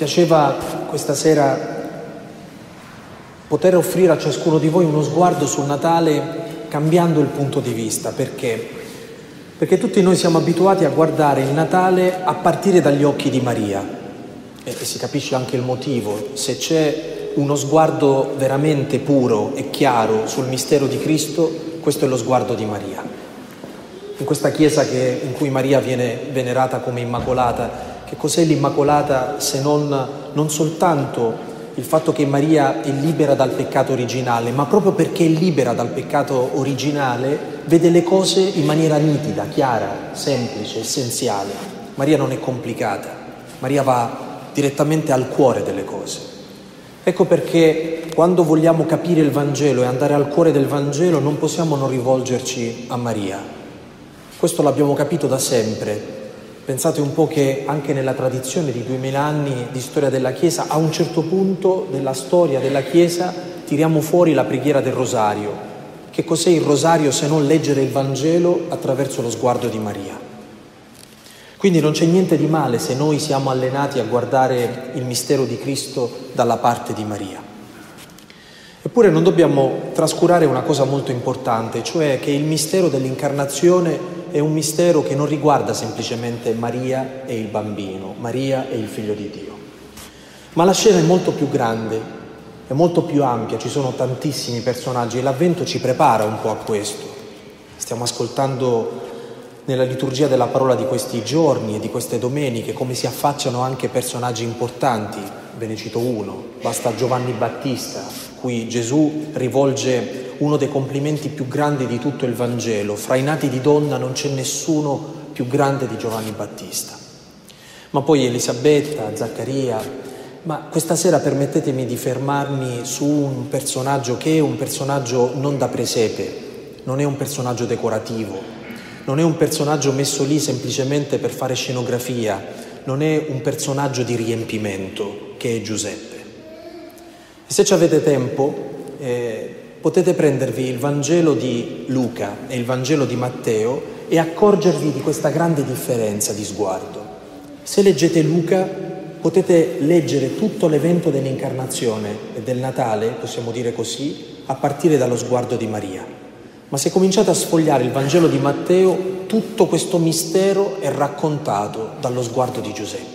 piaceva questa sera poter offrire a ciascuno di voi uno sguardo sul Natale cambiando il punto di vista. Perché? Perché tutti noi siamo abituati a guardare il Natale a partire dagli occhi di Maria e si capisce anche il motivo. Se c'è uno sguardo veramente puro e chiaro sul mistero di Cristo, questo è lo sguardo di Maria. In questa chiesa in cui Maria viene venerata come Immacolata, che cos'è l'Immacolata se non soltanto il fatto che Maria è libera dal peccato originale, ma proprio perché è libera dal peccato originale vede le cose in maniera nitida, chiara, semplice, essenziale. Maria non è complicata, Maria va direttamente al cuore delle cose. Ecco perché quando vogliamo capire il Vangelo e andare al cuore del Vangelo non possiamo non rivolgerci a Maria. Questo l'abbiamo capito da sempre. Pensate un po' che anche nella tradizione di 2000 anni di storia della Chiesa, a un certo punto della storia della Chiesa tiriamo fuori la preghiera del Rosario. Che cos'è il Rosario se non leggere il Vangelo attraverso lo sguardo di Maria? Quindi non c'è niente di male se noi siamo allenati a guardare il mistero di Cristo dalla parte di Maria. Eppure non dobbiamo trascurare una cosa molto importante, cioè che il mistero dell'incarnazione è un mistero che non riguarda semplicemente Maria e il bambino, Maria e il Figlio di Dio. Ma la scena è molto più grande, è molto più ampia, ci sono tantissimi personaggi e l'Avvento ci prepara un po' a questo. Stiamo ascoltando nella liturgia della parola di questi giorni e di queste domeniche come si affacciano anche personaggi importanti. Ve ne cito uno, basta Giovanni Battista, cui Gesù rivolge uno dei complimenti più grandi di tutto il Vangelo. Fra i nati di donna non c'è nessuno più grande di Giovanni Battista. Ma poi Elisabetta, Zaccaria. Ma questa sera permettetemi di fermarmi su un personaggio che è un personaggio non da presepe, non è un personaggio decorativo, non è un personaggio messo lì semplicemente per fare scenografia, non è un personaggio di riempimento, che è Giuseppe. E se ci avete tempo, potete prendervi il Vangelo di Luca e il Vangelo di Matteo e accorgervi di questa grande differenza di sguardo. Se leggete Luca, potete leggere tutto l'evento dell'incarnazione e del Natale, possiamo dire così, a partire dallo sguardo di Maria. Ma se cominciate a sfogliare il Vangelo di Matteo, tutto questo mistero è raccontato dallo sguardo di Giuseppe.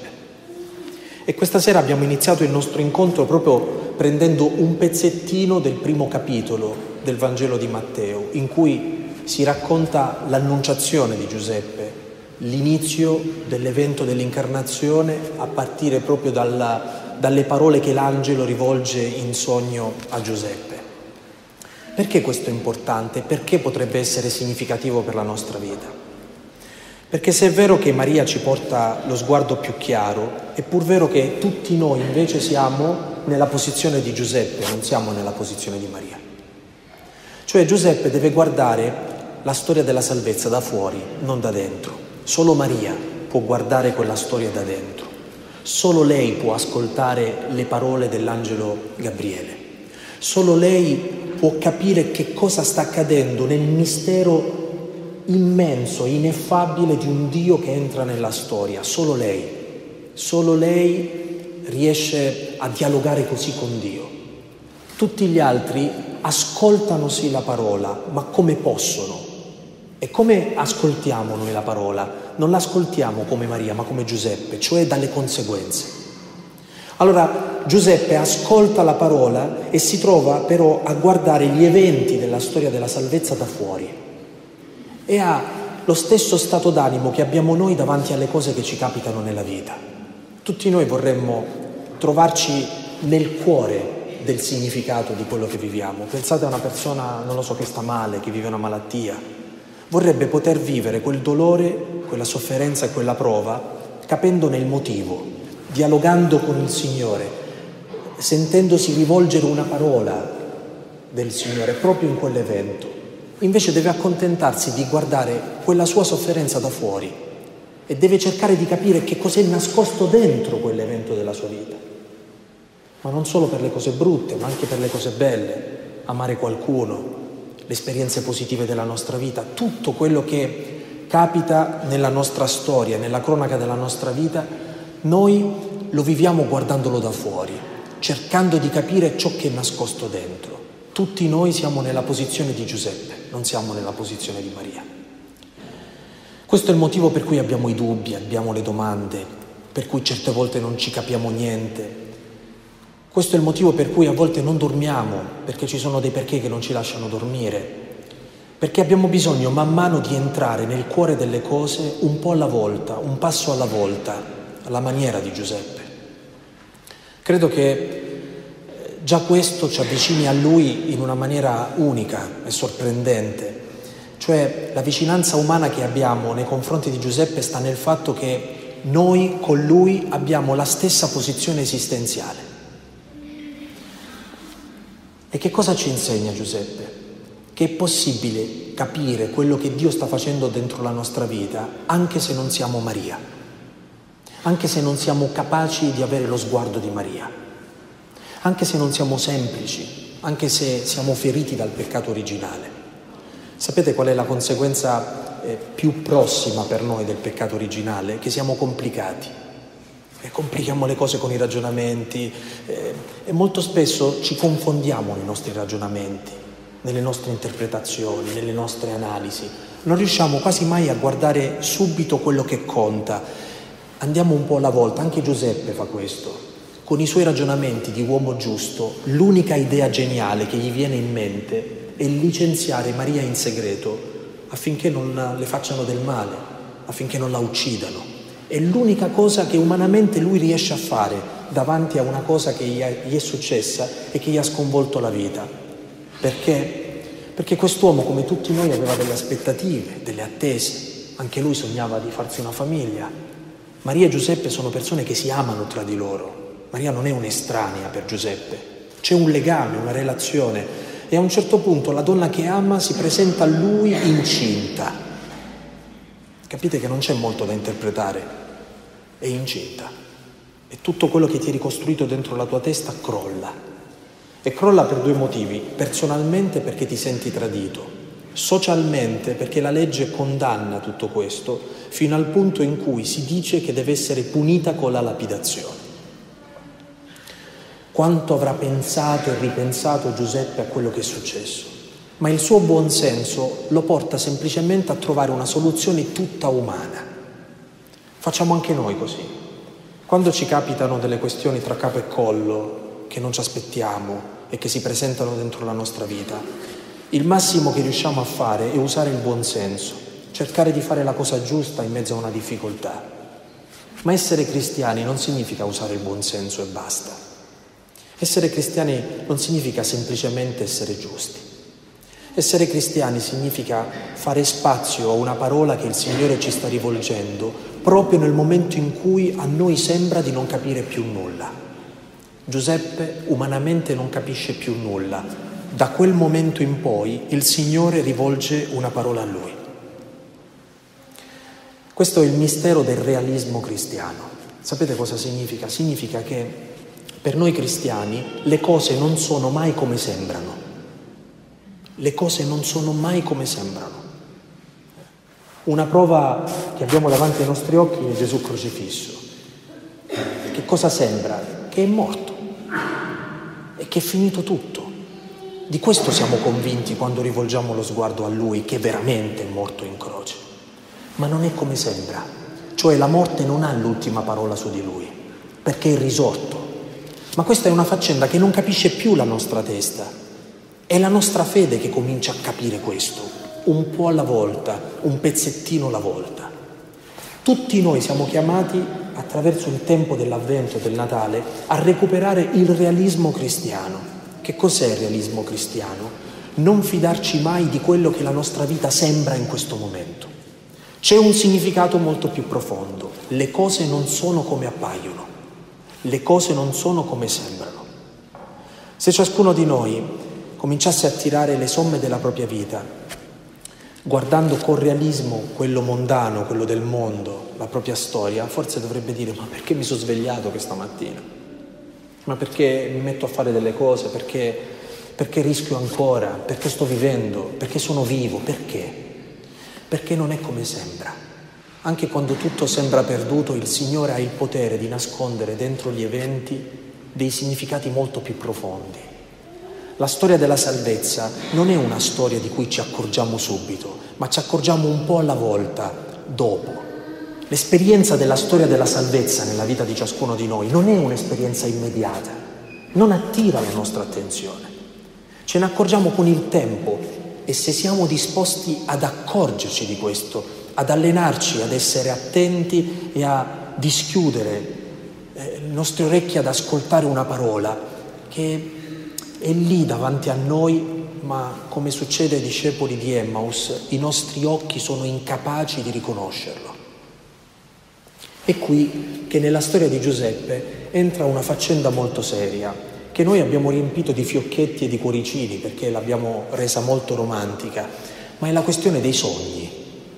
E questa sera abbiamo iniziato il nostro incontro proprio prendendo un pezzettino del primo capitolo del Vangelo di Matteo, in cui si racconta l'annunciazione di Giuseppe, l'inizio dell'evento dell'incarnazione a partire proprio dalle parole che l'angelo rivolge in sogno a Giuseppe. Perché questo è importante? Perché potrebbe essere significativo per la nostra vita? Perché se è vero che Maria ci porta lo sguardo più chiaro, è pur vero che tutti noi invece siamo nella posizione di Giuseppe, non siamo nella posizione di Maria. Cioè Giuseppe deve guardare la storia della salvezza da fuori, non da dentro. Solo Maria può guardare quella storia da dentro. Solo lei può ascoltare le parole dell'angelo Gabriele. Solo lei può capire che cosa sta accadendo nel mistero immenso, ineffabile di un Dio che entra nella storia. Solo lei riesce a dialogare così con Dio. Tutti gli altri ascoltano sì la parola, ma come possono? E come ascoltiamo noi la parola? Non l'ascoltiamo come Maria, ma come Giuseppe, cioè dalle conseguenze. Allora Giuseppe ascolta la parola e si trova però a guardare gli eventi della storia della salvezza da fuori. E ha lo stesso stato d'animo che abbiamo noi davanti alle cose che ci capitano nella vita. Tutti noi vorremmo trovarci nel cuore del significato di quello che viviamo. Pensate a una persona, non lo so, che sta male, che vive una malattia. Vorrebbe poter vivere quel dolore, quella sofferenza e quella prova capendone il motivo, dialogando con il Signore, sentendosi rivolgere una parola del Signore proprio in quell'evento. Invece deve accontentarsi di guardare quella sua sofferenza da fuori e deve cercare di capire che cos'è nascosto dentro quell'evento della sua vita. Ma non solo per le cose brutte, ma anche per le cose belle, amare qualcuno, le esperienze positive della nostra vita, tutto quello che capita nella nostra storia, nella cronaca della nostra vita, noi lo viviamo guardandolo da fuori, cercando di capire ciò che è nascosto dentro. Tutti noi siamo nella posizione di Giuseppe, non siamo nella posizione di Maria. Questo è il motivo per cui abbiamo i dubbi, abbiamo le domande, per cui certe volte non ci capiamo niente. Questo è il motivo per cui a volte non dormiamo, perché ci sono dei perché che non ci lasciano dormire, perché abbiamo bisogno man mano di entrare nel cuore delle cose un po' alla volta, un passo alla volta, alla maniera di Giuseppe. Credo che già questo ci avvicini a Lui in una maniera unica e sorprendente. Cioè la vicinanza umana che abbiamo nei confronti di Giuseppe sta nel fatto che noi con Lui abbiamo la stessa posizione esistenziale. E che cosa ci insegna Giuseppe? Che è possibile capire quello che Dio sta facendo dentro la nostra vita anche se non siamo Maria, anche se non siamo capaci di avere lo sguardo di Maria, anche se non siamo semplici, anche se siamo feriti dal peccato originale. Sapete qual è la conseguenza più prossima per noi del peccato originale? Che siamo complicati e complichiamo le cose con i ragionamenti e molto spesso ci confondiamo nei nostri ragionamenti, nelle nostre interpretazioni, nelle nostre analisi. Non riusciamo quasi mai a guardare subito quello che conta. Andiamo un po' alla volta, anche Giuseppe fa questo. Con i suoi ragionamenti di uomo giusto, l'unica idea geniale che gli viene in mente è licenziare Maria in segreto affinché non le facciano del male, affinché non la uccidano. È l'unica cosa che umanamente lui riesce a fare davanti a una cosa che gli è successa e che gli ha sconvolto la vita. Perché? Perché quest'uomo, come tutti noi, aveva delle aspettative, delle attese. Anche lui sognava di farsi una famiglia. Maria e Giuseppe sono persone che si amano tra di loro. Maria non è un'estranea per Giuseppe. C'è un legame, una relazione. E a un certo punto la donna che ama si presenta a lui incinta. Capite che non c'è molto da interpretare. È incinta. E tutto quello che ti è ricostruito dentro la tua testa crolla. E crolla per due motivi: personalmente perché ti senti tradito, socialmente perché la legge condanna tutto questo fino al punto in cui si dice che deve essere punita con la lapidazione. Quanto avrà pensato e ripensato Giuseppe a quello che è successo, ma il suo buon senso lo porta semplicemente a trovare una soluzione tutta umana. Facciamo anche noi così. Quando ci capitano delle questioni tra capo e collo che non ci aspettiamo e che si presentano dentro la nostra vita, il massimo che riusciamo a fare è usare il buon senso, cercare di fare la cosa giusta in mezzo a una difficoltà. Ma essere cristiani non significa usare il buon senso e basta. Essere cristiani non significa semplicemente essere giusti. Essere cristiani significa fare spazio a una parola che il Signore ci sta rivolgendo proprio nel momento in cui a noi sembra di non capire più nulla. Giuseppe umanamente non capisce più nulla. Da quel momento in poi il Signore rivolge una parola a lui. Questo è il mistero del realismo cristiano. Sapete cosa significa? Significa che per noi cristiani le cose non sono mai come sembrano. Le cose non sono mai come sembrano. Una prova che abbiamo davanti ai nostri occhi è Gesù crocifisso. Che cosa sembra? Che è morto. E che è finito tutto. Di questo siamo convinti quando rivolgiamo lo sguardo a Lui, che veramente è morto in croce. Ma non è come sembra. Cioè la morte non ha l'ultima parola su di Lui, perché è risorto. Ma questa è una faccenda che non capisce più la nostra testa. È la nostra fede che comincia a capire questo, un po' alla volta, un pezzettino alla volta. Tutti noi siamo chiamati, attraverso il tempo dell'Avvento e del Natale, a recuperare il realismo cristiano. Che cos'è il realismo cristiano? Non fidarci mai di quello che la nostra vita sembra in questo momento. C'è un significato molto più profondo. Le cose non sono come appaiono. Le cose non sono come sembrano. Se ciascuno di noi cominciasse a tirare le somme della propria vita, guardando con realismo quello mondano, quello del mondo, la propria storia, forse dovrebbe dire: ma perché mi sono svegliato questa mattina? Ma perché mi metto a fare delle cose? Perché rischio ancora? Perché sto vivendo? Perché sono vivo? Perché? Perché non è come sembra. Anche quando tutto sembra perduto, il Signore ha il potere di nascondere dentro gli eventi dei significati molto più profondi. La storia della salvezza non è una storia di cui ci accorgiamo subito, ma ci accorgiamo un po' alla volta, dopo. L'esperienza della storia della salvezza nella vita di ciascuno di noi non è un'esperienza immediata, non attira la nostra attenzione. Ce ne accorgiamo con il tempo e se siamo disposti ad accorgerci di questo, ad allenarci, ad essere attenti e a dischiudere le nostre orecchie ad ascoltare una parola che è lì davanti a noi, ma come succede ai discepoli di Emmaus, i nostri occhi sono incapaci di riconoscerlo. È qui che nella storia di Giuseppe entra una faccenda molto seria, che noi abbiamo riempito di fiocchetti e di cuoricini perché l'abbiamo resa molto romantica, ma è la questione dei sogni.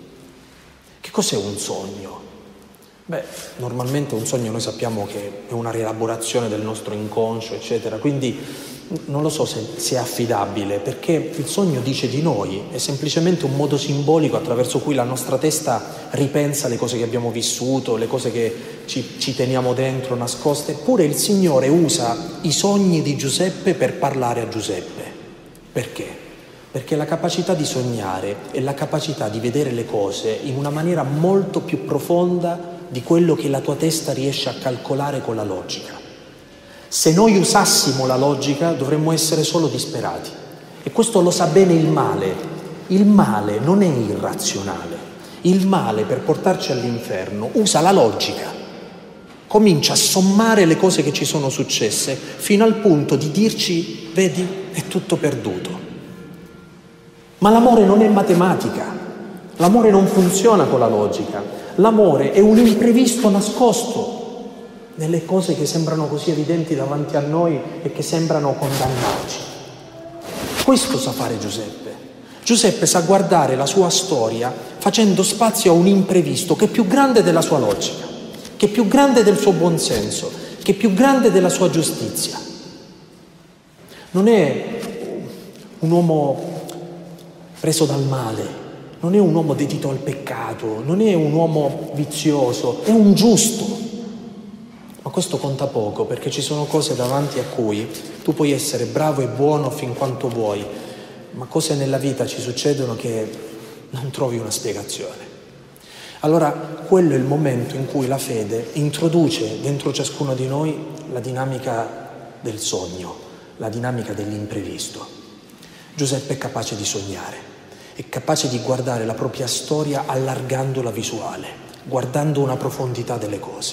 Che cos'è un sogno? Normalmente un sogno noi sappiamo che è una rielaborazione del nostro inconscio, eccetera, quindi non lo so se è affidabile, perché il sogno dice di noi, è semplicemente un modo simbolico attraverso cui la nostra testa ripensa le cose che abbiamo vissuto, le cose che ci teniamo dentro, nascoste, eppure il Signore usa i sogni di Giuseppe per parlare a Giuseppe. Perché? Perché la capacità di sognare è la capacità di vedere le cose in una maniera molto più profonda di quello che la tua testa riesce a calcolare con la logica. Se noi usassimo la logica dovremmo essere solo disperati. E questo lo sa bene il male. Il male non è irrazionale. Il male, per portarci all'inferno, usa la logica. Comincia a sommare le cose che ci sono successe fino al punto di dirci, vedi, è tutto perduto. Ma l'amore non è matematica, l'amore non funziona con la logica, l'amore è un imprevisto nascosto nelle cose che sembrano così evidenti davanti a noi e che sembrano condannarci. Questo sa fare Giuseppe. Giuseppe sa guardare la sua storia facendo spazio a un imprevisto che è più grande della sua logica, che è più grande del suo buonsenso, che è più grande della sua giustizia. Non è un uomo preso dal male, non è un uomo dedito al peccato, non è un uomo vizioso, è un giusto. Ma questo conta poco, perché ci sono cose davanti a cui tu puoi essere bravo e buono fin quanto vuoi, ma cose nella vita ci succedono che non trovi una spiegazione. Allora quello è il momento in cui la fede introduce dentro ciascuno di noi la dinamica del sogno, la dinamica dell'imprevisto. Giuseppe è capace di sognare, è capace di guardare la propria storia allargando la visuale, guardando una profondità delle cose.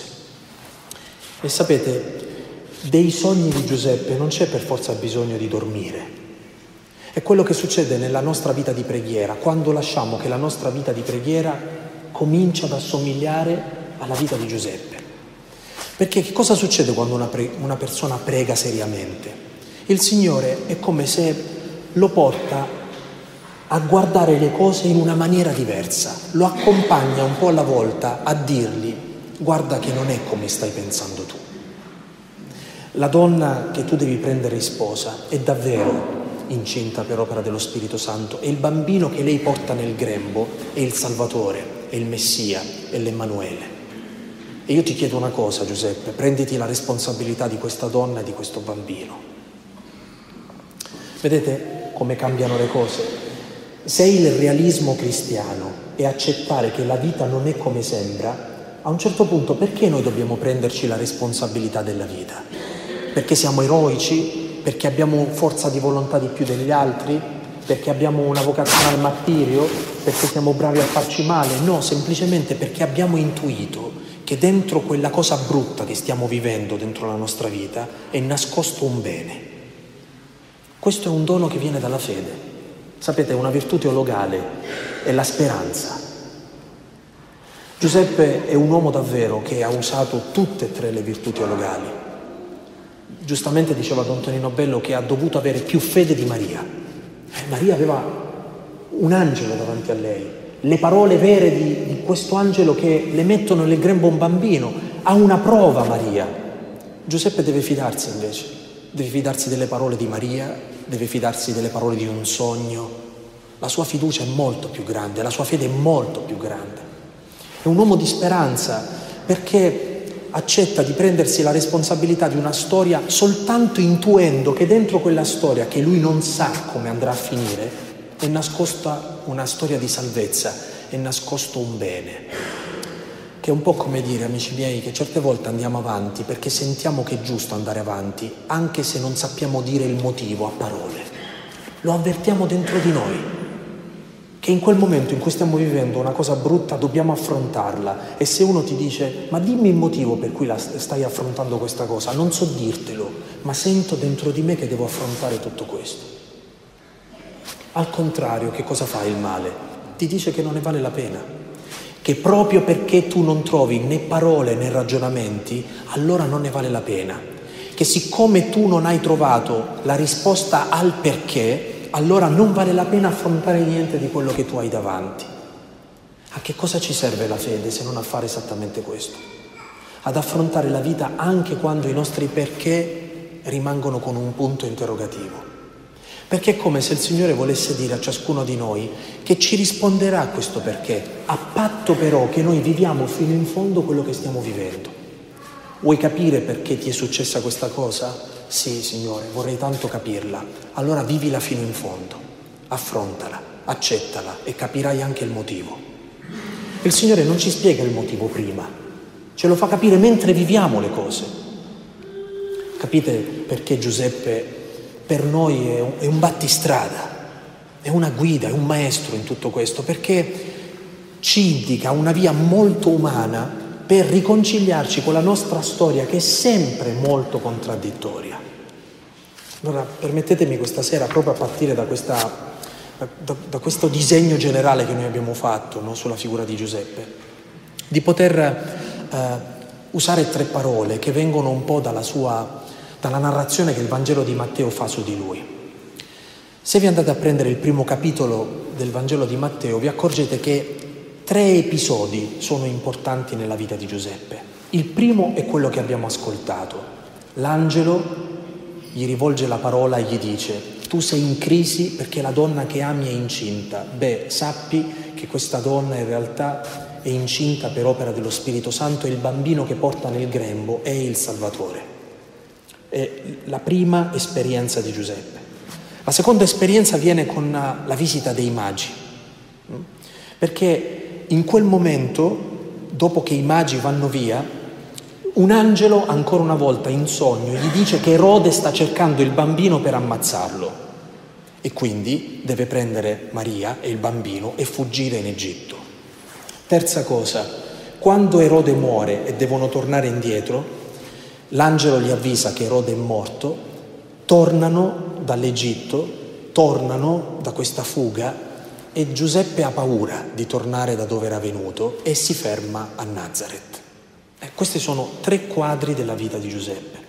E sapete, dei sogni di Giuseppe non c'è per forza bisogno di dormire. È quello che succede nella nostra vita di preghiera, quando lasciamo che la nostra vita di preghiera comincia ad assomigliare alla vita di Giuseppe. Perché che cosa succede quando una persona prega seriamente? Il Signore è come se lo porta a guardare le cose in una maniera diversa, lo accompagna un po' alla volta a dirgli: guarda che non è come stai pensando tu. La donna che tu devi prendere in sposa è davvero incinta per opera dello Spirito Santo e il bambino che lei porta nel grembo è il Salvatore, è il Messia, è l'Emmanuele. E io ti chiedo una cosa, Giuseppe, prenditi la responsabilità di questa donna e di questo bambino. Vedete come cambiano le cose? Se il realismo cristiano è accettare che la vita non è come sembra, a un certo punto perché noi dobbiamo prenderci la responsabilità della vita? Perché siamo eroici? Perché abbiamo forza di volontà di più degli altri? Perché abbiamo una vocazione al martirio? Perché siamo bravi a farci male? No, semplicemente perché abbiamo intuito che dentro quella cosa brutta che stiamo vivendo dentro la nostra vita è nascosto un bene. Questo è un dono che viene dalla fede. Sapete, una virtù teologale è la speranza. Giuseppe è un uomo davvero che ha usato tutte e tre le virtù teologali. Giustamente diceva Don Tonino Bello che ha dovuto avere più fede di Maria. Maria aveva un angelo davanti a lei, le parole vere di questo angelo che le mettono nel grembo un bambino. Ha una prova Maria. Giuseppe deve fidarsi invece. Deve fidarsi delle parole di Maria, deve fidarsi delle parole di un sogno. La sua fiducia è molto più grande, la sua fede è molto più grande. È un uomo di speranza perché accetta di prendersi la responsabilità di una storia soltanto intuendo che dentro quella storia, che lui non sa come andrà a finire, è nascosta una storia di salvezza, è nascosto un bene. Che è un po' come dire, amici miei, che certe volte andiamo avanti perché sentiamo che è giusto andare avanti, anche se non sappiamo dire il motivo a parole. Lo avvertiamo dentro di noi, che in quel momento in cui stiamo vivendo una cosa brutta dobbiamo affrontarla. E se uno ti dice, ma dimmi il motivo per cui stai affrontando questa cosa, non so dirtelo, ma sento dentro di me che devo affrontare tutto questo. Al contrario, che cosa fa il male? Ti dice che non ne vale la pena. Che proprio perché tu non trovi né parole né ragionamenti, allora non ne vale la pena. Che siccome tu non hai trovato la risposta al perché, allora non vale la pena affrontare niente di quello che tu hai davanti. A che cosa ci serve la fede se non a fare esattamente questo? Ad affrontare la vita anche quando i nostri perché rimangono con un punto interrogativo. Perché è come se il Signore volesse dire a ciascuno di noi che ci risponderà a questo perché, a patto però che noi viviamo fino in fondo quello che stiamo vivendo. Vuoi capire perché ti è successa questa cosa? Sì, Signore, vorrei tanto capirla. Allora vivila fino in fondo, affrontala, accettala e capirai anche il motivo. Il Signore non ci spiega il motivo prima, ce lo fa capire mentre viviamo le cose. Capite perché Giuseppe per noi è un battistrada, è una guida, è un maestro in tutto questo, perché ci indica una via molto umana per riconciliarci con la nostra storia, che è sempre molto contraddittoria. Allora, permettetemi questa sera, proprio a partire da questo disegno generale che noi abbiamo fatto, no, sulla figura di Giuseppe, di poter usare 3 parole che vengono un po' dalla narrazione che il Vangelo di Matteo fa su di lui. Se vi andate a prendere il primo capitolo del Vangelo di Matteo, vi accorgete che 3 episodi sono importanti nella vita di Giuseppe. Il primo è quello che abbiamo ascoltato. L'angelo gli rivolge la parola e gli dice: tu sei in crisi perché la donna che ami è incinta. Beh, sappi che questa donna in realtà è incinta per opera dello Spirito Santo e il bambino che porta nel grembo è il Salvatore. È la prima esperienza di Giuseppe. La seconda esperienza viene con la visita dei magi, perché in quel momento, dopo che i magi vanno via, un angelo ancora una volta in sogno gli dice che Erode sta cercando il bambino per ammazzarlo e quindi deve prendere Maria e il bambino e fuggire in Egitto. Terza cosa, quando Erode muore e devono tornare indietro, l'angelo gli avvisa che Erode è morto, tornano dall'Egitto, tornano da questa fuga e Giuseppe ha paura di tornare da dove era venuto e si ferma a Nazaret. Questi sono 3 quadri della vita di Giuseppe,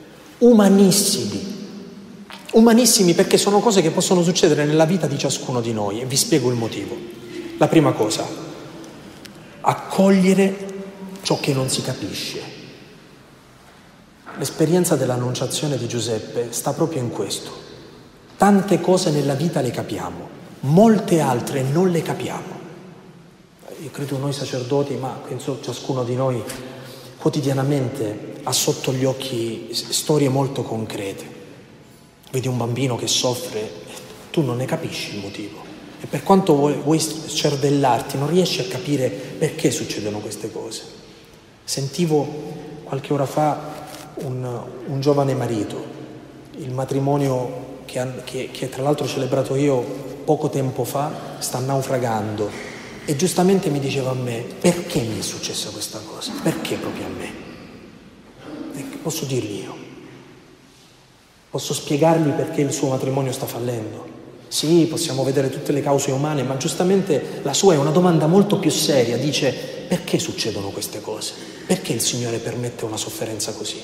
umanissimi perché sono cose che possono succedere nella vita di ciascuno di noi e vi spiego il motivo. La prima cosa, accogliere ciò che non si capisce. L'esperienza dell'annunciazione di Giuseppe sta proprio in questo. Tante cose nella vita le capiamo, molte altre non le capiamo. Io credo noi sacerdoti, ma penso ciascuno di noi quotidianamente ha sotto gli occhi storie molto concrete. Vedi un bambino che soffre, tu non ne capisci il motivo. E per quanto vuoi cervellarti, non riesci a capire perché succedono queste cose. Sentivo qualche ora fa un giovane marito, il matrimonio che tra l'altro ho celebrato io poco tempo fa, sta naufragando e giustamente mi diceva a me: perché mi è successa questa cosa? Perché proprio a me? E posso dirgli io? Posso spiegargli perché il suo matrimonio sta fallendo? Sì, possiamo vedere tutte le cause umane, ma giustamente la sua è una domanda molto più seria. Dice: perché succedono queste cose? Perché il Signore permette una sofferenza così?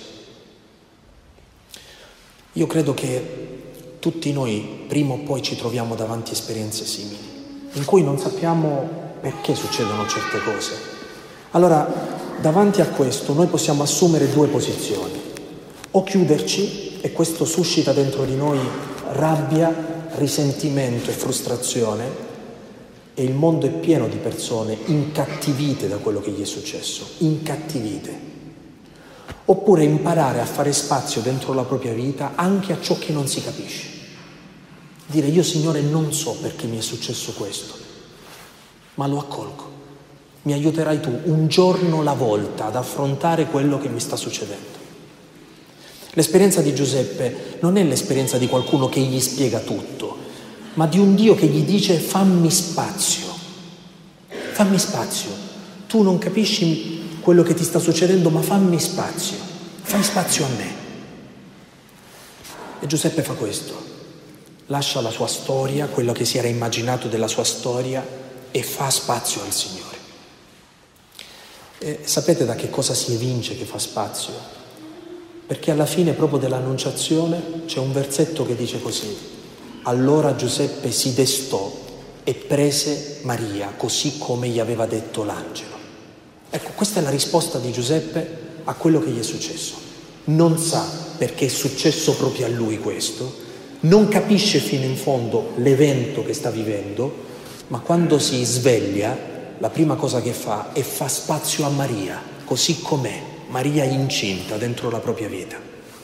Io credo che tutti noi prima o poi ci troviamo davanti a esperienze simili, in cui non sappiamo perché succedono certe cose. Allora, davanti a questo noi possiamo assumere 2 posizioni: o chiuderci, e questo suscita dentro di noi rabbia, risentimento e frustrazione, E il mondo è pieno di persone incattivite da quello che gli è successo, incattivite. Oppure imparare a fare spazio dentro la propria vita anche a ciò che non si capisce. Dire: io, Signore, non so perché mi è successo questo, ma lo accolgo. Mi aiuterai tu un giorno alla volta ad affrontare quello che mi sta succedendo. L'esperienza di Giuseppe non è l'esperienza di qualcuno che gli spiega tutto, ma di un Dio che gli dice: fammi spazio, fammi spazio. Tu non capisci quello che ti sta succedendo, ma fammi spazio, fai spazio a me. E Giuseppe fa questo, lascia la sua storia, quello che si era immaginato della sua storia, e fa spazio al Signore. E sapete da che cosa si evince che fa spazio? Perché alla fine proprio dell'Annunciazione c'è un versetto che dice così: allora Giuseppe si destò e prese Maria, così come gli aveva detto l'angelo. Ecco, questa è la risposta di Giuseppe a quello che gli è successo. Non sa perché è successo proprio a lui questo, non capisce fino in fondo l'evento che sta vivendo, ma quando si sveglia, la prima cosa che fa è fa spazio a Maria, così com'è, Maria incinta dentro la propria vita.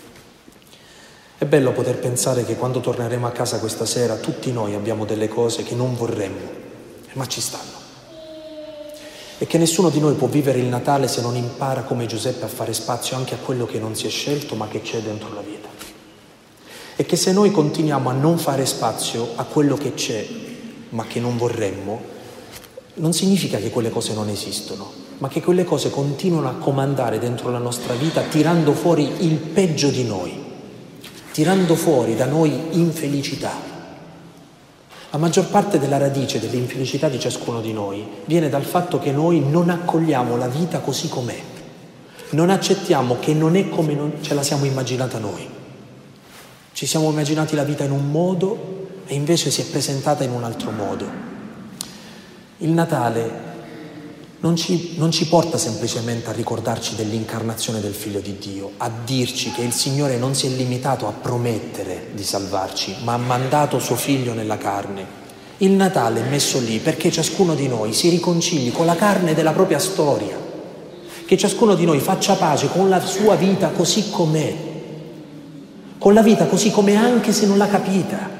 È bello poter pensare che quando torneremo a casa questa sera tutti noi abbiamo delle cose che non vorremmo, ma ci stanno. E che nessuno di noi può vivere il Natale se non impara come Giuseppe a fare spazio anche a quello che non si è scelto ma che c'è dentro la vita. E che se noi continuiamo a non fare spazio a quello che c'è ma che non vorremmo, non significa che quelle cose non esistono, ma che quelle cose continuano a comandare dentro la nostra vita, tirando fuori il peggio di noi, tirando fuori da noi infelicità. La maggior parte della radice dell'infelicità di ciascuno di noi viene dal fatto che noi non accogliamo la vita così com'è, non accettiamo che non è come non ce la siamo immaginata noi. Ci siamo immaginati la vita in un modo e invece si è presentata in un altro modo. Il Natale non ci porta semplicemente a ricordarci dell'incarnazione del Figlio di Dio, a dirci che il Signore non si è limitato a promettere di salvarci, ma ha mandato suo Figlio nella carne. Il Natale è messo lì perché ciascuno di noi si riconcili con la carne della propria storia, che ciascuno di noi faccia pace con la sua vita così com'è, con la vita così com'è anche se non l'ha capita.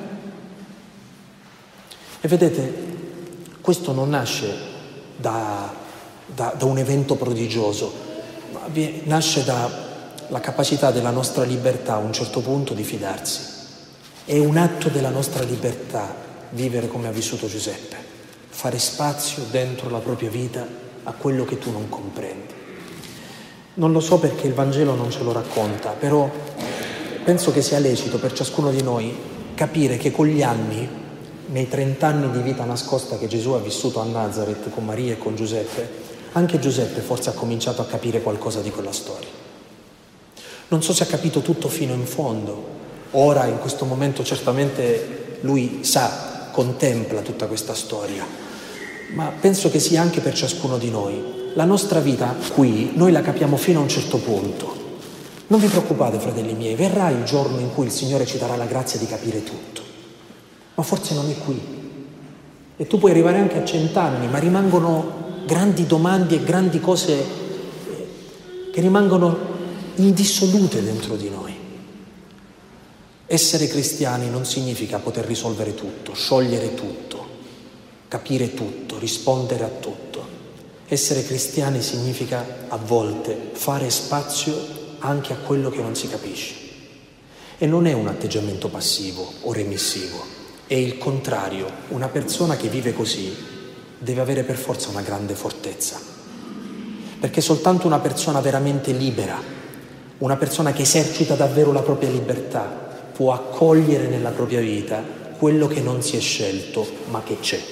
E vedete, questo non nasce da un evento prodigioso, ma nasce dalla capacità della nostra libertà a un certo punto di fidarsi. È un atto della nostra libertà vivere come ha vissuto Giuseppe, fare spazio dentro la propria vita a quello che tu non comprendi. Non lo so perché il Vangelo non ce lo racconta, però penso che sia lecito per ciascuno di noi capire che con gli anni, nei 30 anni di vita nascosta che Gesù ha vissuto a Nazareth con Maria e con Giuseppe, anche Giuseppe forse ha cominciato a capire qualcosa di quella storia. Non so se ha capito tutto fino in fondo. Ora, in questo momento, certamente lui sa, contempla tutta questa storia, ma penso che sia anche per ciascuno di noi. La nostra vita qui, noi la capiamo fino a un certo punto. Non vi preoccupate, fratelli miei, verrà il giorno in cui il Signore ci darà la grazia di capire tutto. Ma forse non è qui. E tu puoi arrivare anche a 100 anni, ma rimangono grandi domande e grandi cose che rimangono indissolute dentro di noi. Essere cristiani non significa poter risolvere tutto, sciogliere tutto, capire tutto, rispondere a tutto. Essere cristiani significa a volte fare spazio anche a quello che non si capisce. E non è un atteggiamento passivo o remissivo. È il contrario, una persona che vive così deve avere per forza una grande fortezza, perché soltanto una persona veramente libera, una persona che esercita davvero la propria libertà, può accogliere nella propria vita quello che non si è scelto, ma che c'è.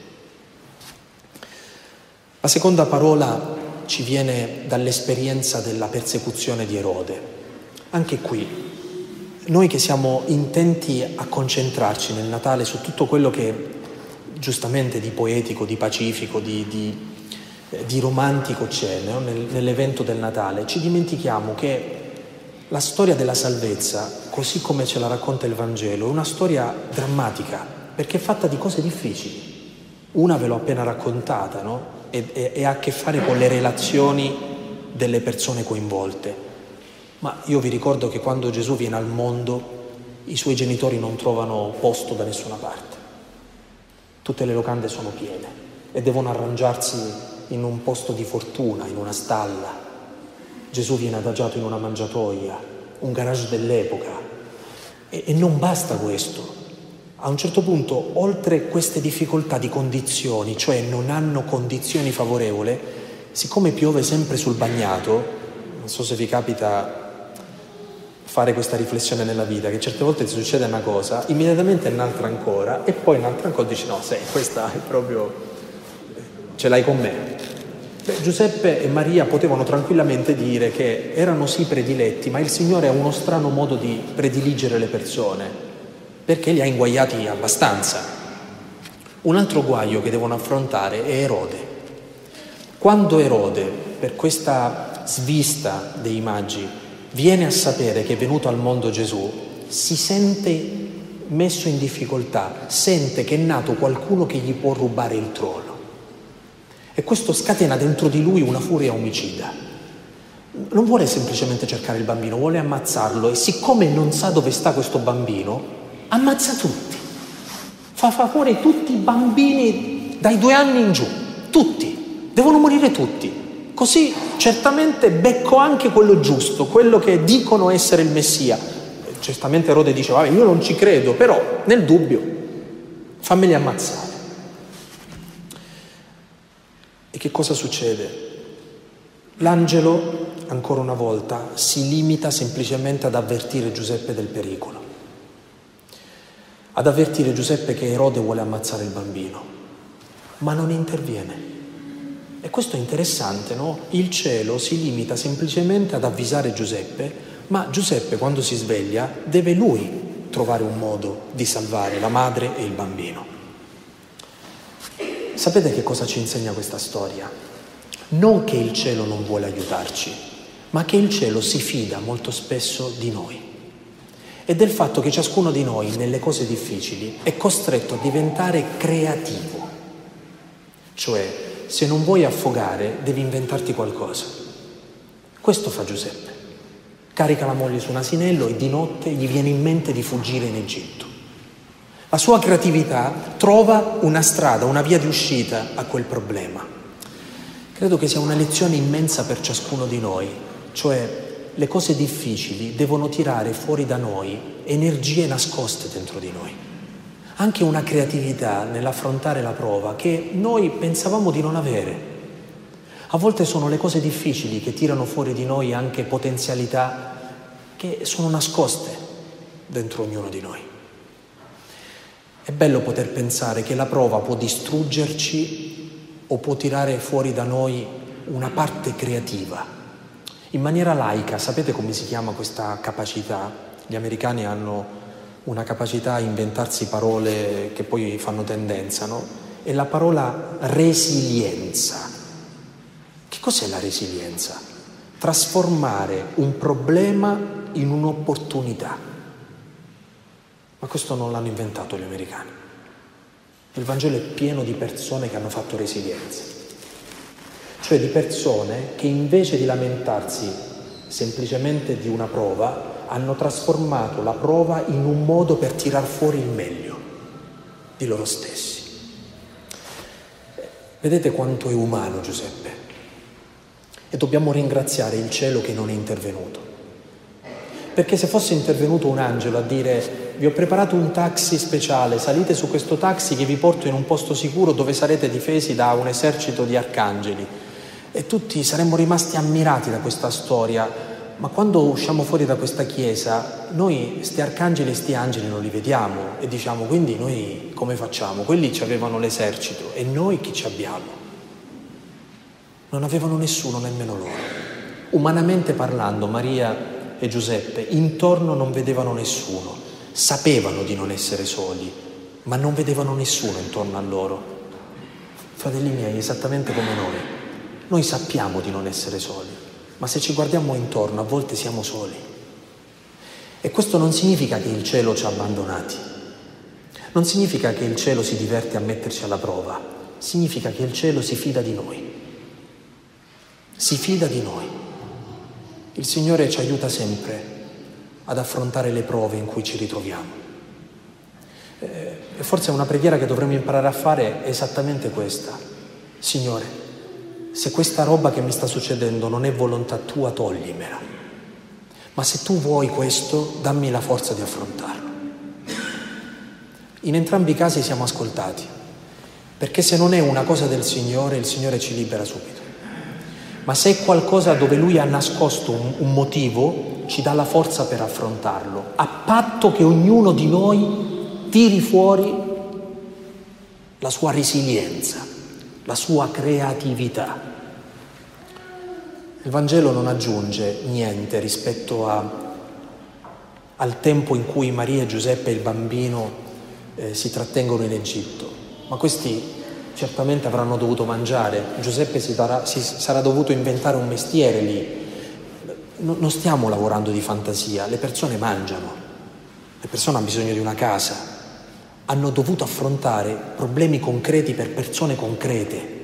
La seconda parola ci viene dall'esperienza della persecuzione di Erode. Anche qui, noi che siamo intenti a concentrarci nel Natale su tutto quello che giustamente di poetico, di pacifico, di romantico c'è, no? Nell'evento del Natale, ci dimentichiamo che la storia della salvezza, così come ce la racconta il Vangelo, è una storia drammatica, perché è fatta di cose difficili. Una ve l'ho appena raccontata, no? E ha a che fare con le relazioni delle persone coinvolte. Ma io vi ricordo che quando Gesù viene al mondo, i suoi genitori non trovano posto da nessuna parte. Tutte le locande sono piene e devono arrangiarsi in un posto di fortuna, in una stalla. Gesù viene adagiato in una mangiatoia, un garage dell'epoca. E non basta questo. A un certo punto, oltre queste difficoltà di condizioni, cioè non hanno condizioni favorevoli, siccome piove sempre sul bagnato, non so se vi capita fare questa riflessione nella vita, che certe volte ti succede una cosa, immediatamente un'altra ancora, e poi un'altra ancora, dici no, sai, questa è proprio, ce l'hai con me. Giuseppe e Maria potevano tranquillamente dire che erano sì prediletti, ma il Signore ha uno strano modo di prediligere le persone, perché li ha inguaiati abbastanza. Un altro guaio che devono affrontare è Erode. Quando Erode, per questa svista dei magi, viene a sapere che è venuto al mondo Gesù, si sente messo in difficoltà, sente che è nato qualcuno che gli può rubare il trono. E questo scatena dentro di lui una furia omicida. Non vuole semplicemente cercare il bambino, vuole ammazzarlo, e siccome non sa dove sta questo bambino, ammazza tutti. Fa fuori tutti i bambini dai 2 anni in giù, tutti, devono morire tutti. Così certamente becco anche quello giusto, quello che dicono essere il Messia. Certamente Erode dice, vabbè, io non ci credo, però nel dubbio fammeli ammazzare. E che cosa succede? L'angelo, ancora una volta, si limita semplicemente ad avvertire Giuseppe del pericolo, ad avvertire Giuseppe che Erode vuole ammazzare il bambino, ma non interviene. E questo è interessante, no? Il cielo si limita semplicemente ad avvisare Giuseppe, ma Giuseppe, quando si sveglia, deve lui trovare un modo di salvare la madre e il bambino. Sapete che cosa ci insegna questa storia? Non che il cielo non vuole aiutarci, ma che il cielo si fida molto spesso di noi e del fatto che ciascuno di noi nelle cose difficili è costretto a diventare creativo. Cioè, se non vuoi affogare, devi inventarti qualcosa. Questo fa Giuseppe. Carica la moglie su un asinello e di notte gli viene in mente di fuggire in Egitto. La sua creatività trova una strada, una via di uscita a quel problema. Credo che sia una lezione immensa per ciascuno di noi, cioè le cose difficili devono tirare fuori da noi energie nascoste dentro di noi. Anche una creatività nell'affrontare la prova che noi pensavamo di non avere. A volte sono le cose difficili che tirano fuori di noi anche potenzialità che sono nascoste dentro ognuno di noi. È bello poter pensare che la prova può distruggerci o può tirare fuori da noi una parte creativa. In maniera laica, sapete come si chiama questa capacità? Gli americani hanno una capacità a inventarsi parole che poi fanno tendenza, no? È la parola resilienza. Che cos'è la resilienza? Trasformare un problema in un'opportunità. Ma questo non l'hanno inventato gli americani. Il Vangelo è pieno di persone che hanno fatto resilienza. Cioè di persone che invece di lamentarsi semplicemente di una prova, hanno trasformato la prova in un modo per tirar fuori il meglio di loro stessi. Vedete quanto è umano Giuseppe? E dobbiamo ringraziare il cielo che non è intervenuto. Perché se fosse intervenuto un angelo a dire vi ho preparato un taxi speciale, salite su questo taxi che vi porto in un posto sicuro dove sarete difesi da un esercito di arcangeli, e tutti saremmo rimasti ammirati da questa storia, ma quando usciamo fuori da questa chiesa noi sti arcangeli e sti angeli non li vediamo e diciamo quindi noi come facciamo? Quelli ci avevano l'esercito e noi chi ci abbiamo? Non avevano nessuno, nemmeno loro. Umanamente parlando, Maria e Giuseppe intorno non vedevano nessuno, sapevano di non essere soli, ma non vedevano nessuno intorno a loro. Fratelli miei, esattamente come noi. Noi sappiamo di non essere soli, ma se ci guardiamo intorno a volte siamo soli. E questo non significa che il cielo ci ha abbandonati, non significa che il cielo si diverte a metterci alla prova, significa che il cielo si fida di noi. Si fida di noi. Il Signore ci aiuta sempre ad affrontare le prove in cui ci ritroviamo. E forse una preghiera che dovremmo imparare a fare è esattamente questa. Signore, se questa roba che mi sta succedendo non è volontà tua, toglimela. Ma se tu vuoi questo, dammi la forza di affrontarlo. In entrambi i casi siamo ascoltati, perché se non è una cosa del Signore, il Signore ci libera subito. Ma se è qualcosa dove Lui ha nascosto un motivo, ci dà la forza per affrontarlo, a patto che ognuno di noi tiri fuori la sua resilienza, la sua creatività. Il Vangelo non aggiunge niente rispetto al tempo in cui Maria e Giuseppe e il bambino si trattengono in Egitto, ma questi certamente avranno dovuto mangiare. Giuseppe si sarà dovuto inventare un mestiere lì. Non stiamo lavorando di fantasia, le persone mangiano, le persone hanno bisogno di una casa, hanno dovuto affrontare problemi concreti per persone concrete.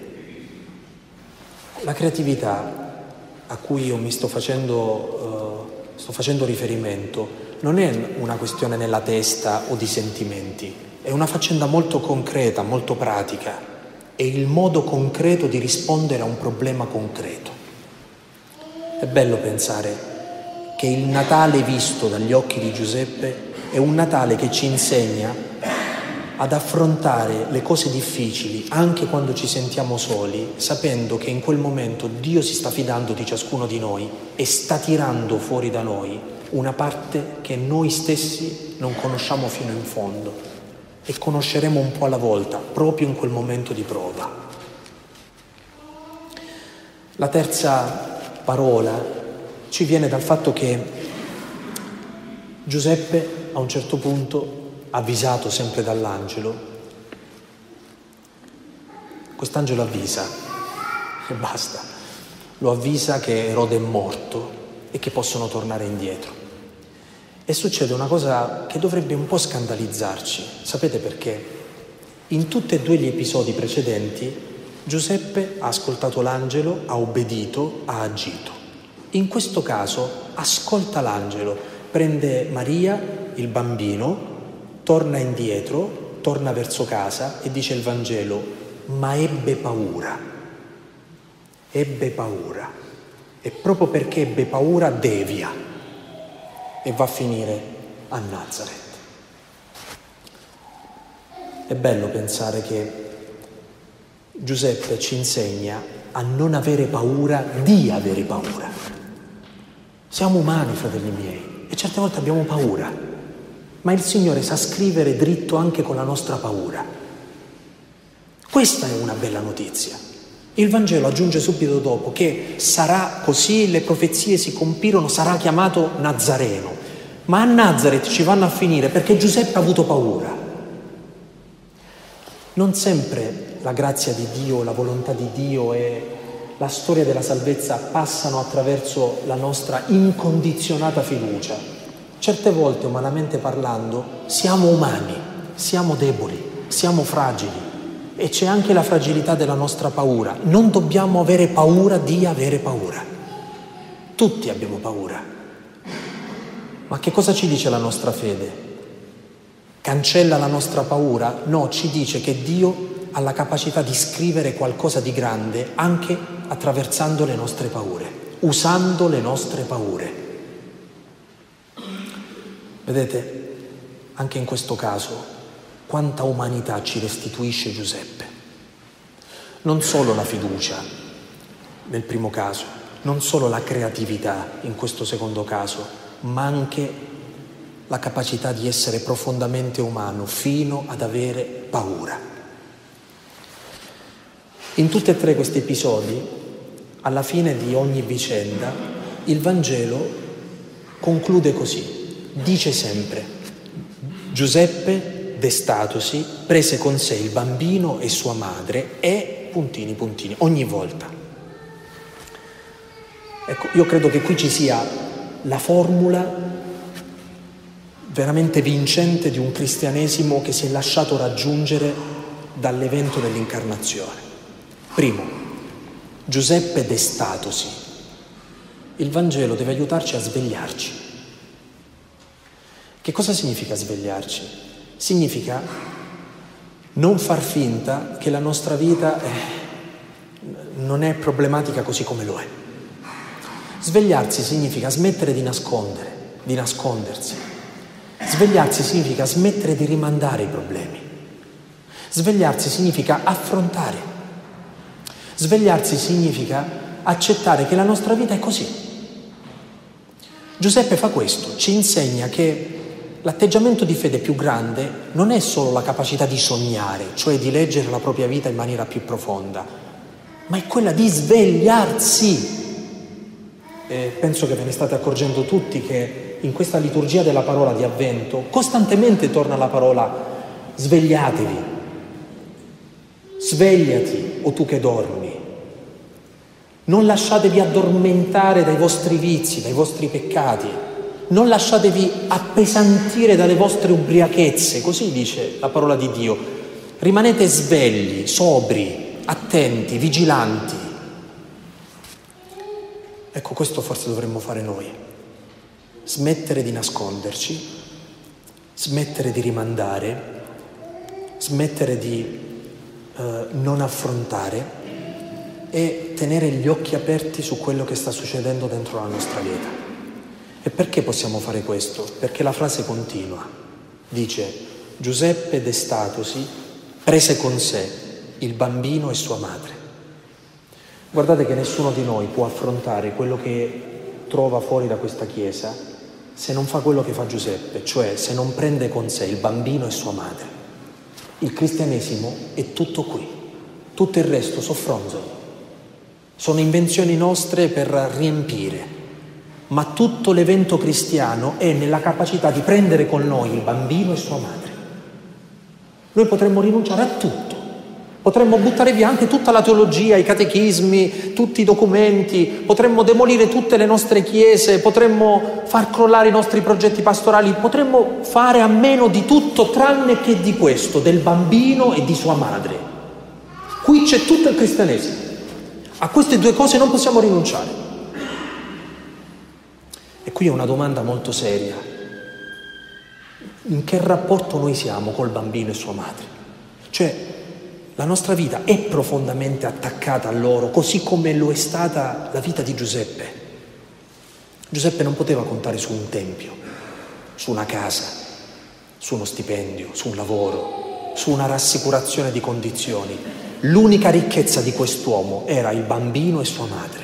La creatività a cui io mi sto facendo riferimento non è una questione nella testa o di sentimenti, è una faccenda molto concreta, molto pratica, è il modo concreto di rispondere a un problema concreto. È bello pensare che il Natale visto dagli occhi di Giuseppe è un Natale che ci insegna ad affrontare le cose difficili anche quando ci sentiamo soli, sapendo che in quel momento Dio si sta fidando di ciascuno di noi e sta tirando fuori da noi una parte che noi stessi non conosciamo fino in fondo e conosceremo un po' alla volta, proprio in quel momento di prova. La terza parola ci viene dal fatto che Giuseppe a un certo punto, avvisato sempre dall'angelo, quest'angelo avvisa e basta, lo avvisa che Erode è morto e che possono tornare indietro. E succede una cosa che dovrebbe un po' scandalizzarci. Sapete perché? In tutti e due gli episodi precedenti Giuseppe ha ascoltato l'angelo, ha obbedito, ha agito. In questo caso ascolta l'angelo, prende Maria, il bambino, torna indietro, torna verso casa e dice il Vangelo, ma ebbe paura. Ebbe paura. E proprio perché ebbe paura devia e va a finire a Nazareth. È bello pensare che Giuseppe ci insegna a non avere paura di avere paura. Siamo umani, fratelli miei, e certe volte abbiamo paura, ma il Signore sa scrivere dritto anche con la nostra paura. Questa è una bella notizia. Il Vangelo aggiunge subito dopo che sarà così, le profezie si compirono, sarà chiamato Nazareno. Ma a Nazareth ci vanno a finire perché Giuseppe ha avuto paura. Non sempre la grazia di Dio, la volontà di Dio e la storia della salvezza passano attraverso la nostra incondizionata fiducia. Certe volte, umanamente parlando, siamo umani, siamo deboli, siamo fragili. E c'è anche la fragilità della nostra paura. Non dobbiamo avere paura di avere paura. Tutti abbiamo paura. Ma che cosa ci dice la nostra fede? Cancella la nostra paura? No, ci dice che Dio ha la capacità di scrivere qualcosa di grande anche attraversando le nostre paure, usando le nostre paure. Vedete, anche in questo caso, quanta umanità ci restituisce Giuseppe. Non solo la fiducia nel primo caso, non solo la creatività in questo secondo caso, ma anche la capacità di essere profondamente umano fino ad avere paura. In tutti e tre questi episodi, alla fine di ogni vicenda, il Vangelo conclude così, dice sempre: Giuseppe, destatosi, prese con sé il bambino e sua madre e puntini puntini, ogni volta. Ecco, io credo che qui ci sia la formula veramente vincente di un cristianesimo che si è lasciato raggiungere dall'evento dell'incarnazione. Primo, Giuseppe destatosi. Il Vangelo deve aiutarci a svegliarci. Che cosa significa svegliarci? Significa non far finta che la nostra vita non è problematica così come lo è. Svegliarsi significa smettere di nascondere, di nascondersi. Svegliarsi significa smettere di rimandare i problemi. Svegliarsi significa affrontare. Svegliarsi significa accettare che la nostra vita è così. Giuseppe fa questo, ci insegna che l'atteggiamento di fede più grande non è solo la capacità di sognare, cioè di leggere la propria vita in maniera più profonda, ma è quella di svegliarsi. Penso che ve ne state accorgendo tutti che in questa liturgia della parola di Avvento costantemente torna la parola svegliatevi, svegliati o tu che dormi. Non lasciatevi addormentare dai vostri vizi, dai vostri peccati. Non lasciatevi appesantire dalle vostre ubriachezze, così dice la parola di Dio. Rimanete svegli, sobri, attenti, vigilanti. Ecco, questo forse dovremmo fare noi. Smettere di nasconderci, smettere di rimandare, smettere di non affrontare e tenere gli occhi aperti su quello che sta succedendo dentro la nostra vita. E perché possiamo fare questo? Perché la frase continua, dice Giuseppe destatosi prese con sé il bambino e sua madre. Guardate che nessuno di noi può affrontare quello che trova fuori da questa chiesa se non fa quello che fa Giuseppe, cioè se non prende con sé il bambino e sua madre. Il cristianesimo è tutto qui, tutto il resto soffronzoli. Sono invenzioni nostre per riempire. Ma tutto l'evento cristiano è nella capacità di prendere con noi il bambino e sua madre. Noi potremmo rinunciare a tutto, potremmo buttare via anche tutta la teologia, i catechismi, tutti i documenti, potremmo demolire tutte le nostre chiese, potremmo far crollare i nostri progetti pastorali, potremmo fare a meno di tutto tranne che di questo, del bambino e di sua madre. Qui c'è tutto il cristianesimo. A queste due cose non possiamo rinunciare. E qui è una domanda molto seria. In che rapporto noi siamo col bambino e sua madre? Cioè, la nostra vita è profondamente attaccata a loro, così come lo è stata la vita di Giuseppe. Giuseppe non poteva contare su un tempio, su una casa, su uno stipendio, su un lavoro, su una rassicurazione di condizioni. L'unica ricchezza di quest'uomo era il bambino e sua madre.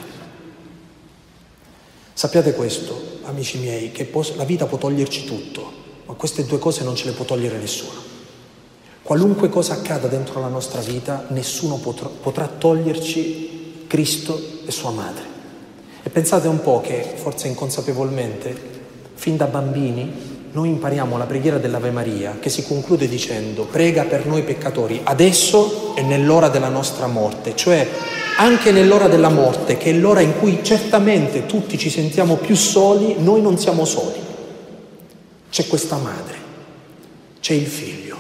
Sappiate questo, amici miei, che la vita può toglierci tutto, ma queste due cose non ce le può togliere nessuno. Qualunque cosa accada dentro la nostra vita, nessuno potrà toglierci Cristo e sua madre. E pensate un po' che, forse inconsapevolmente, fin da bambini, noi impariamo la preghiera dell'Ave Maria, che si conclude dicendo «Prega per noi peccatori, adesso e nell'ora della nostra morte», cioè anche nell'ora della morte, che è l'ora in cui certamente tutti ci sentiamo più soli, noi non siamo soli. C'è questa madre, c'è il figlio.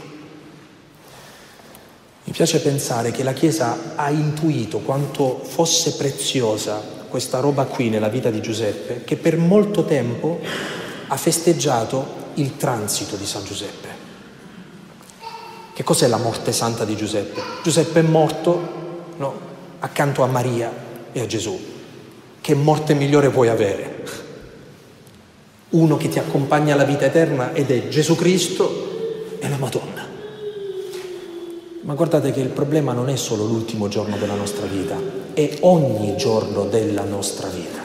Mi piace pensare che la Chiesa ha intuito quanto fosse preziosa questa roba qui nella vita di Giuseppe, che per molto tempo ha festeggiato il transito di San Giuseppe. Che cos'è la morte santa di Giuseppe? Giuseppe è morto, no? Accanto a Maria e a Gesù. Che morte migliore puoi avere? Uno che ti accompagna alla vita eterna ed è Gesù Cristo e la Madonna. Ma guardate che il problema non è solo l'ultimo giorno della nostra vita, è ogni giorno della nostra vita.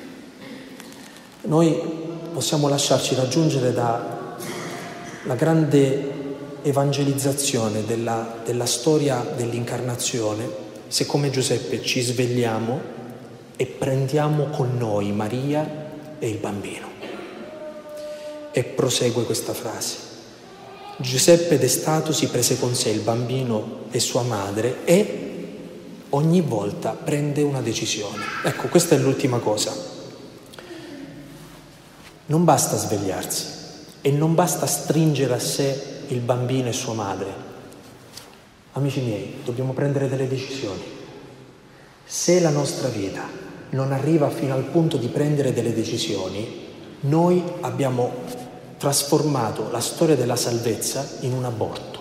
Noi possiamo lasciarci raggiungere dalla grande evangelizzazione della storia dell'incarnazione se come Giuseppe ci svegliamo e prendiamo con noi Maria e il bambino. E prosegue questa frase. Giuseppe destatosi prese con sé il bambino e sua madre e ogni volta prende una decisione. Ecco, questa è l'ultima cosa. Non basta svegliarsi e non basta stringere a sé il bambino e sua madre. Amici miei, dobbiamo prendere delle decisioni. Se la nostra vita non arriva fino al punto di prendere delle decisioni, noi abbiamo trasformato la storia della salvezza in un aborto.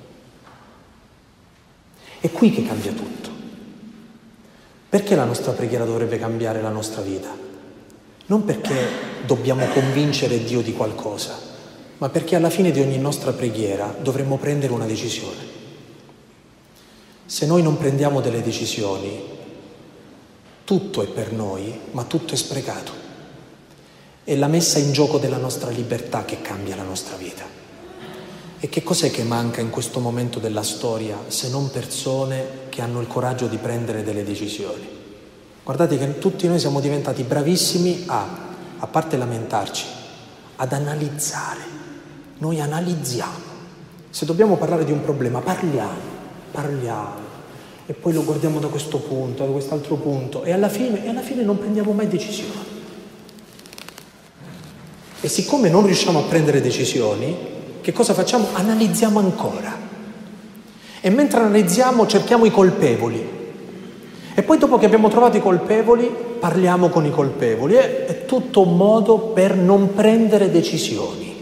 È qui che cambia tutto. Perché la nostra preghiera dovrebbe cambiare la nostra vita? Non perché dobbiamo convincere Dio di qualcosa, ma perché alla fine di ogni nostra preghiera dovremmo prendere una decisione. Se noi non prendiamo delle decisioni, tutto è per noi, ma tutto è sprecato. È la messa in gioco della nostra libertà che cambia la nostra vita. E che cos'è che manca in questo momento della storia se non persone che hanno il coraggio di prendere delle decisioni? Guardate che tutti noi siamo diventati bravissimi a parte lamentarci, ad analizzare. Noi analizziamo. Se dobbiamo parlare di un problema, parliamo. E poi lo guardiamo da questo punto, da quest'altro punto, e alla fine non prendiamo mai decisioni. E siccome non riusciamo a prendere decisioni, che cosa facciamo? Analizziamo ancora. E mentre analizziamo cerchiamo i colpevoli. E poi dopo che abbiamo trovato i colpevoli, parliamo con i colpevoli. È tutto un modo per non prendere decisioni.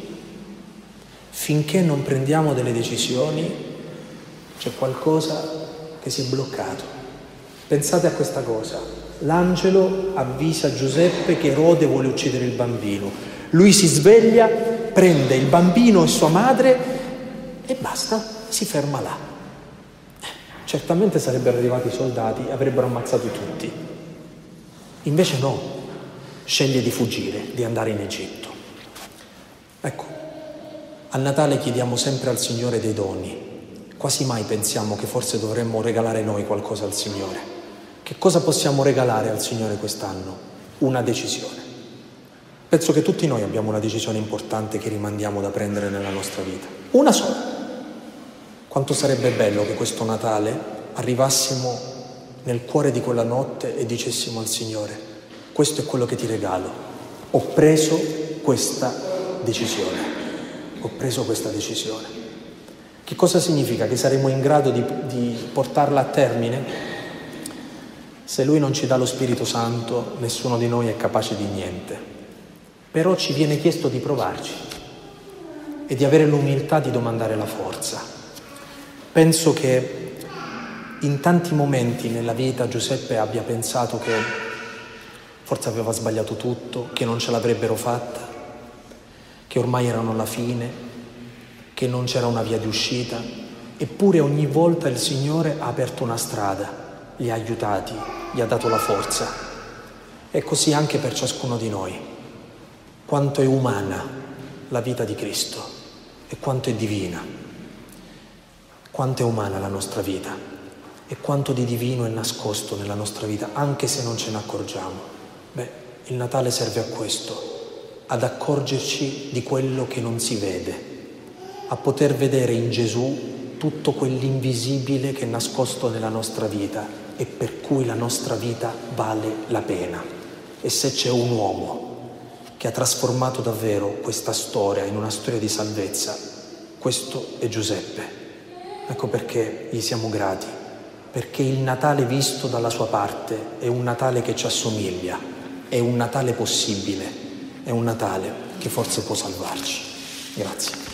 Finché non prendiamo delle decisioni, c'è qualcosa che si è bloccato. Pensate a questa cosa. L'angelo avvisa Giuseppe che Erode vuole uccidere il bambino. Lui si sveglia, prende il bambino e sua madre e basta, si ferma là. Certamente sarebbero arrivati i soldati e avrebbero ammazzato tutti. Invece no, sceglie di fuggire, di andare in Egitto. Ecco, a Natale chiediamo sempre al Signore dei doni. Quasi mai pensiamo che forse dovremmo regalare noi qualcosa al Signore. Che cosa possiamo regalare al Signore quest'anno? Una decisione. Penso che tutti noi abbiamo una decisione importante che rimandiamo da prendere nella nostra vita. Una sola. Quanto sarebbe bello che questo Natale arrivassimo nel cuore di quella notte e dicessimo al Signore: questo è quello che ti regalo. Ho preso questa decisione. Ho preso questa decisione. Che cosa significa? Che saremo in grado di portarla a termine? Se Lui non ci dà lo Spirito Santo, nessuno di noi è capace di niente. Però ci viene chiesto di provarci e di avere l'umiltà di domandare la forza. Penso che in tanti momenti nella vita Giuseppe abbia pensato che forse aveva sbagliato tutto, che non ce l'avrebbero fatta, che ormai erano alla fine, che non c'era una via di uscita. Eppure ogni volta il Signore ha aperto una strada, li ha aiutati, gli ha dato la forza. E così anche per ciascuno di noi. Quanto è umana la vita di Cristo e quanto è divina. Quanto è umana la nostra vita e quanto di divino è nascosto nella nostra vita, anche se non ce ne accorgiamo. Il Natale serve a questo, ad accorgerci di quello che non si vede, a poter vedere in Gesù tutto quell'invisibile che è nascosto nella nostra vita e per cui la nostra vita vale la pena. E se c'è un uomo che ha trasformato davvero questa storia in una storia di salvezza, questo è Giuseppe. Ecco perché gli siamo grati, perché il Natale visto dalla sua parte è un Natale che ci assomiglia, è un Natale possibile, è un Natale che forse può salvarci. Grazie.